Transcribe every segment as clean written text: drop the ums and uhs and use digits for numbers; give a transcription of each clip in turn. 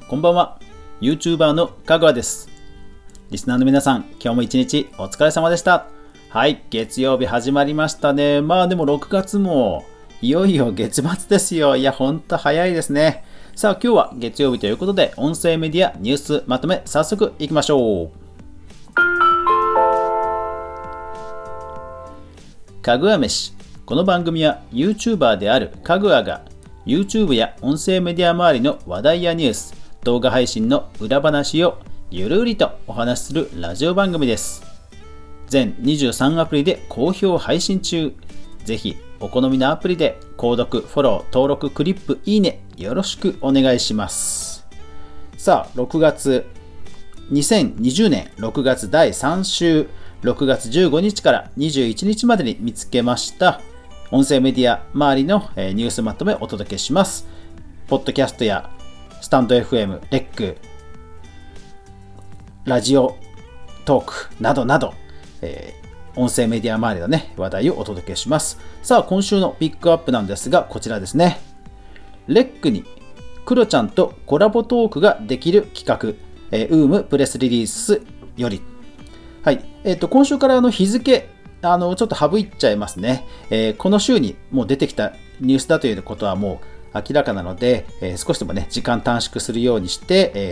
こんばんは。YouTuber のかぐわです。リスナーの皆さん、今日も一日お疲れ様でした。はい、月曜日始まりましたね。でも6月もいよいよ月末ですよ。いや、ほんと早いですね。さあ、今日は月曜日ということで、音声メディアニュースまとめ、早速いきましょう。かぐわ飯。この番組は YouTuber であるかぐわが YouTube や音声メディア周りの話題やニュース、動画配信の裏話をゆるりとお話しするラジオ番組です。全23アプリで好評配信中。ぜひお好みのアプリで購読、フォロー、登録、クリップ、いいねよろしくお願いします。さあ、2020年6月第3週、6月15日から21日までに見つけました音声メディア周りのニュースまとめをお届けします。ポッドキャストやスタンド FM、レック、ラジオトークなどなど、音声メディア周りのね、話題をお届けします。さあ、今週のピックアップなんですが、こちらですね。レックにクロちゃんとコラボトークができる企画、UM プレスリリースより。はい。今週から日付、ちょっと省いちゃいますね。この週にもう出てきたニュースだということはもう明らかなので、少しでもね、時間短縮するようにして、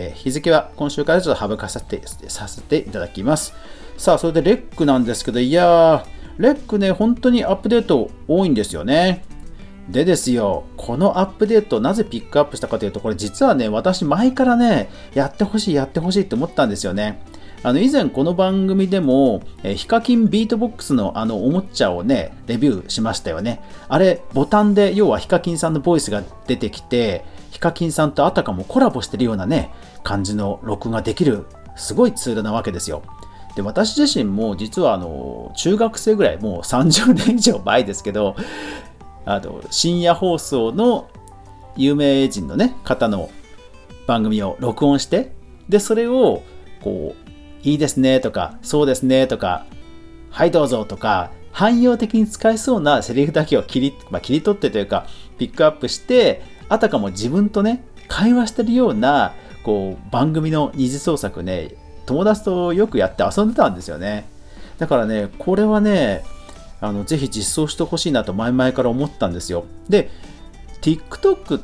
日付は今週からちょっと省かさせていただきます。さあ、それでレックなんですけど、いやー、レックね、本当にアップデート多いんですよね。でですよ、このアップデートなぜピックアップしたかというと、これ実はね、私前からね、やってほしいって思ったんですよね。以前この番組でもヒカキンビートボックスのおもちゃをねレビューしましたよね。あれボタンで要はヒカキンさんのボイスが出てきて、ヒカキンさんとあたかもコラボしてるようなね感じの録画できるすごいツールなわけですよ。で、私自身も実は中学生ぐらい、もう30年以上前ですけど、深夜放送の有名人のね方の番組を録音して、でそれをこういいですねとか、そうですねとか、はいどうぞとか、汎用的に使えそうなセリフだけを切り取ってというか、ピックアップして、あたかも自分とね、会話してるような、番組の二次創作ね、友達とよくやって遊んでたんですよね。だからね、これはね、ぜひ実装してほしいなと前々から思ったんですよ。で、TikTok って、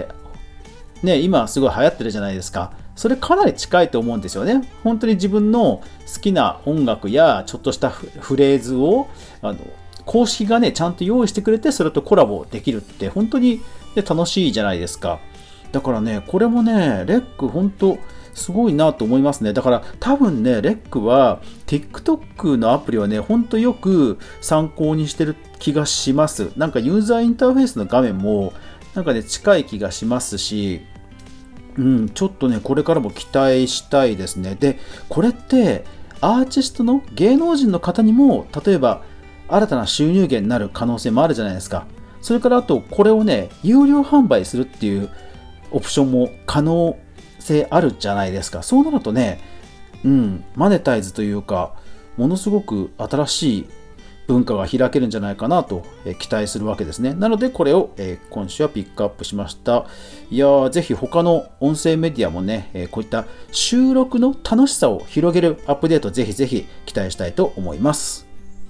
ね、今すごい流行ってるじゃないですか。それかなり近いと思うんですよね。本当に自分の好きな音楽やちょっとしたフレーズを公式がねちゃんと用意してくれて、それとコラボできるって本当に、ね、楽しいじゃないですか。だからね、これもねレック本当すごいなと思いますね。だから多分ね、レックは TikTok のアプリはね本当よく参考にしてる気がします。なんかユーザーインターフェースの画面もなんかね近い気がしますし、ちょっとね、これからも期待したいですね。で、これって、アーティストの芸能人の方にも、例えば、新たな収入源になる可能性もあるじゃないですか。それから、あと、これをね、有料販売するっていうオプションも可能性あるじゃないですか。そうなるとね、マネタイズというか、ものすごく新しい文化が開けるんじゃないかなと期待するわけですね。なのでこれを今週はピックアップしました。いやー、ぜひ他の音声メディアもね、こういった収録の楽しさを広げるアップデートぜひぜひ期待したいと思います。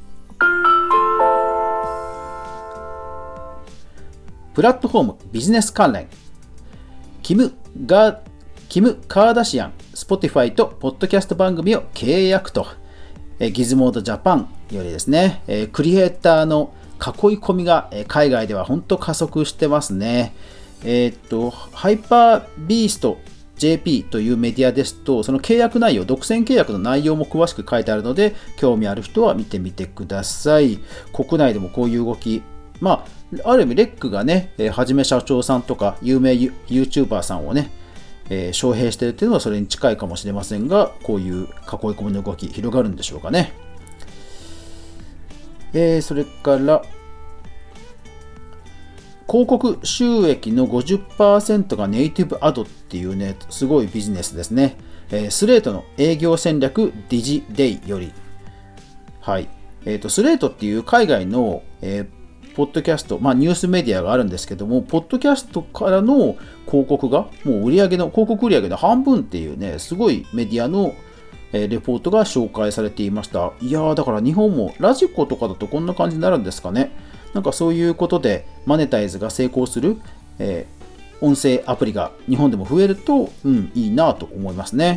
プラットフォームビジネス関連、キム・カーダシアン、Spotify とポッドキャスト番組を契約と。ギズモードジャパンよりですね、クリエイターの囲い込みが海外では本当加速してますね。ハイパービースト JP というメディアですと、その契約内容、独占契約の内容も詳しく書いてあるので、興味ある人は見てみてください。国内でもこういう動き、ある意味レックがね、はじめ社長さんとか有名 YouTuber さんをね、招聘しているというのはそれに近いかもしれませんが、こういう囲い込みの動き広がるんでしょうかね。それから広告収益の 50% がネイティブアドっていうね、すごいビジネスですね。スレートの営業戦略ディジデイより、はい、スレートっていう海外の、 ポッドキャスト、ニュースメディアがあるんですけども、ポッドキャストからの広告が、もう広告売上の半分っていうね、すごいメディアのレポートが紹介されていました。いやー、だから日本もラジコとかだとこんな感じになるんですかね。なんかそういうことでマネタイズが成功する、音声アプリが日本でも増えると、いいなと思いますね。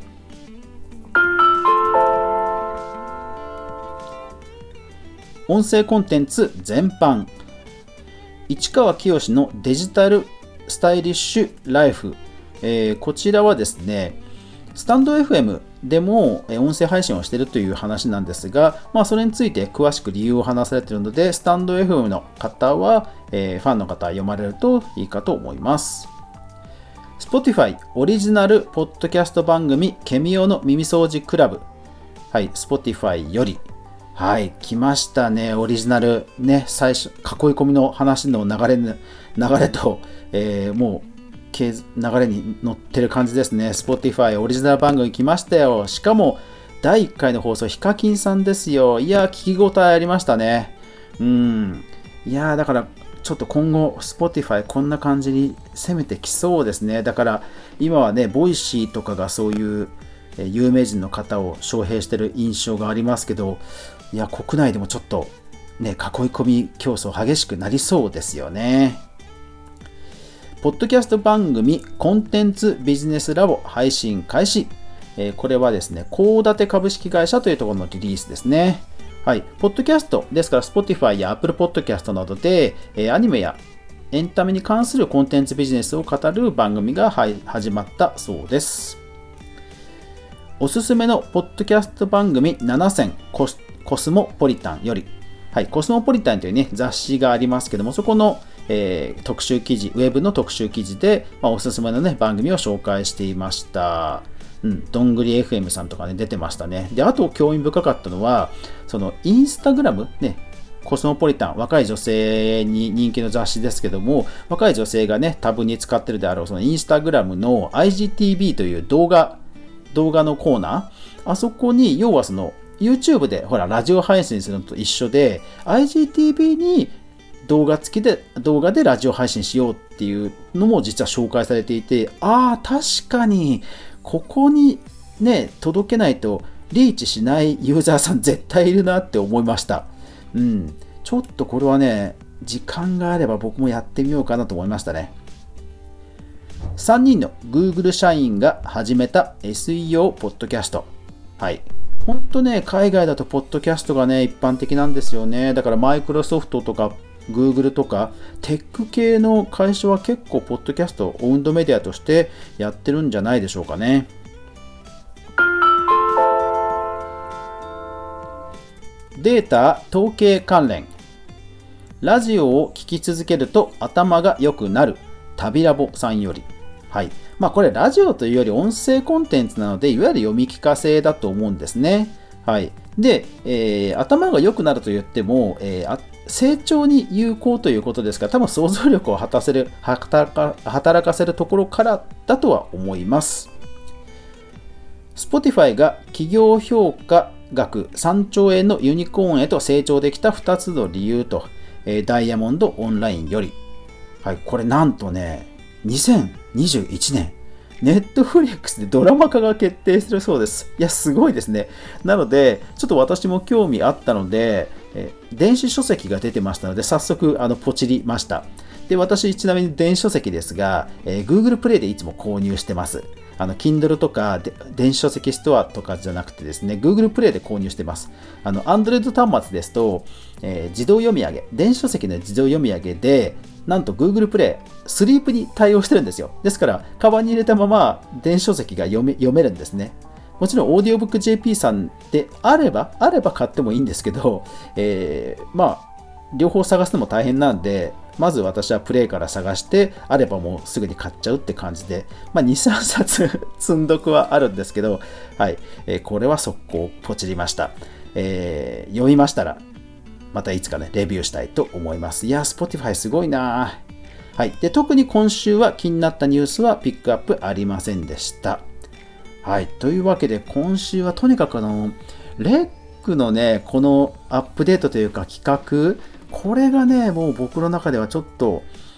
音声コンテンツ全般。市川きよしのデジタルスタイリッシュライフ。こちらはですね、スタンド FM でも音声配信をしているという話なんですが、それについて詳しく理由を話されているので、スタンド FM の方は、ファンの方は読まれるといいかと思います。Spotify オリジナルポッドキャスト番組ケミオの耳掃除クラブ。はい、Spotify より。はい、来ましたね、オリジナル。ね、最初、囲い込みの話の流れと、もう、流れに乗ってる感じですね。Spotify オリジナル番組来ましたよ。しかも、第1回の放送、ヒカキンさんですよ。いや、聞き応えありましたね。いや、だから、ちょっと今後、Spotify こんな感じに攻めてきそうですね。だから、今はね、ボイシーとかがそういう有名人の方を招聘してる印象がありますけど、いや、国内でもちょっとね、囲い込み競争激しくなりそうですよね。ポッドキャスト番組コンテンツビジネスラボ配信開始。これはですね、コウダテ株式会社というところのリリースですね。はい。ポッドキャストですから、Spotify や Apple Podcast などで、アニメやエンタメに関するコンテンツビジネスを語る番組が始まったそうです。おすすめのポッドキャスト番組7選コスモポリタンより。はい。コスモポリタンというね、雑誌がありますけども、そこの特集記事、ウェブの特集記事で、おすすめのね、番組を紹介していました。どんぐり FM さんとかね、出てましたね。で、あと興味深かったのは、そのインスタグラムね、コスモポリタン、若い女性に人気の雑誌ですけども、若い女性がね、多分に使ってるであろう、そのインスタグラムの IGTV という動画のコーナー、あそこに、要はその、YouTube でほらラジオ配信するのと一緒で IGTV に動画でラジオ配信しようっていうのも実は紹介されていて、確かにここにね届けないとリーチしないユーザーさん絶対いるなって思いました。ちょっとこれはね、時間があれば僕もやってみようかなと思いましたね。3人の Google 社員が始めた SEO ポッドキャスト。はい。本当ね、海外だとポッドキャストがね、一般的なんですよね。だからマイクロソフトとか Google とかテック系の会社は結構ポッドキャストをオウンドメディアとしてやってるんじゃないでしょうかね。データ統計関連。ラジオを聞き続けると頭が良くなる。旅ラボさんより。はい。これラジオというより音声コンテンツなので、いわゆる読み聞かせだと思うんですね。はい。で、頭が良くなると言っても、成長に有効ということですから、多分想像力を働かせるところからだとは思います。Spotify が企業評価額3兆円のユニコーンへと成長できた2つの理由と、ダイヤモンドオンラインより。はい。これなんとね、2021年、Netflix でドラマ化が決定するそうです。いや、すごいですね。なので、ちょっと私も興味あったので、電子書籍が出てましたので、早速、ポチりました。で、私、ちなみに電子書籍ですが、Google プレイでいつも購入してます。Kindle とか電子書籍ストアとかじゃなくてですね、Google プレイで購入してます。Android 端末ですと、自動読み上げ、電子書籍の自動読み上げで、なんと Google プレイ、スリープに対応してるんですよ。ですから、カバンに入れたまま電子書籍が読めるんですね。もちろん、オーディオブック JP さんであれば買ってもいいんですけど、両方探すのも大変なんで、まず私はプレイから探して、あればもうすぐに買っちゃうって感じで、2、3冊積んどくはあるんですけど、はい、これは速攻ポチりました。読みましたら、またいつかね、レビューしたいと思います。いや、Spotify すごいな。はい。で、特に今週は気になったニュースはピックアップありませんでした。はい。というわけで、今週はとにかくレックのね、このアップデートというか企画、 これがね、もう僕の中ではちょっと、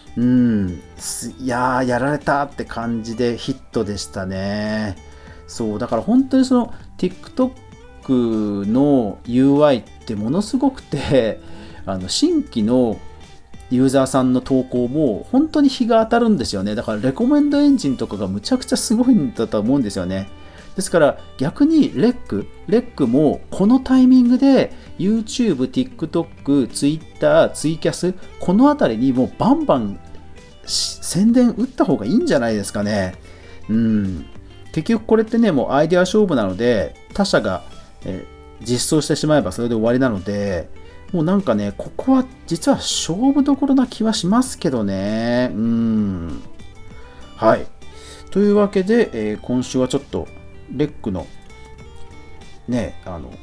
やられたって感じでヒットでしたね。そう、だから本当にその TikTok の UI ってものすごくて、新規のユーザーさんの投稿も本当に日が当たるんですよね。だからレコメンドエンジンとかがむちゃくちゃすごいんだと思うんですよね。ですから逆にレックもこのタイミングで YouTube、TikTok、Twitter、ツイキャス、このあたりにもうバンバン宣伝打った方がいいんじゃないですかね。結局これってね、もうアイデア勝負なので、他社が実装してしまえばそれで終わりなので、もうなんかね、ここは実は勝負どころな気はしますけどね。はい。というわけで、今週はちょっとレックのね、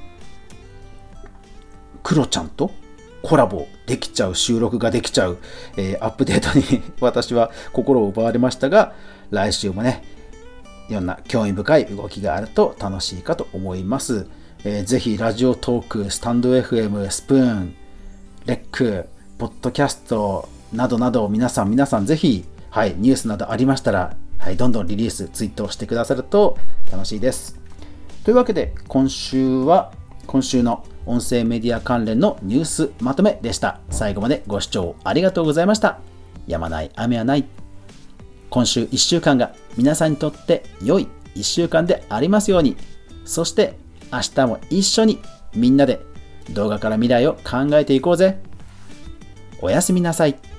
クロちゃんとコラボできちゃう、収録ができちゃう、アップデートに私は心を奪われましたが、来週もね、いろんな興味深い動きがあると楽しいかと思います。ぜひラジオトーク、スタンド FM、スプーン、レック、ポッドキャストなどなど皆さんぜひ、はい、ニュースなどありましたら、はい、どんどんリリース、ツイートしてくださると楽しいです。というわけで今週の音声メディア関連のニュースまとめでした。最後までご視聴ありがとうございました。やまない雨はない。今週1週間が皆さんにとって良い1週間でありますように。そして明日も一緒にみんなで動画から未来を考えていこうぜ。おやすみなさい。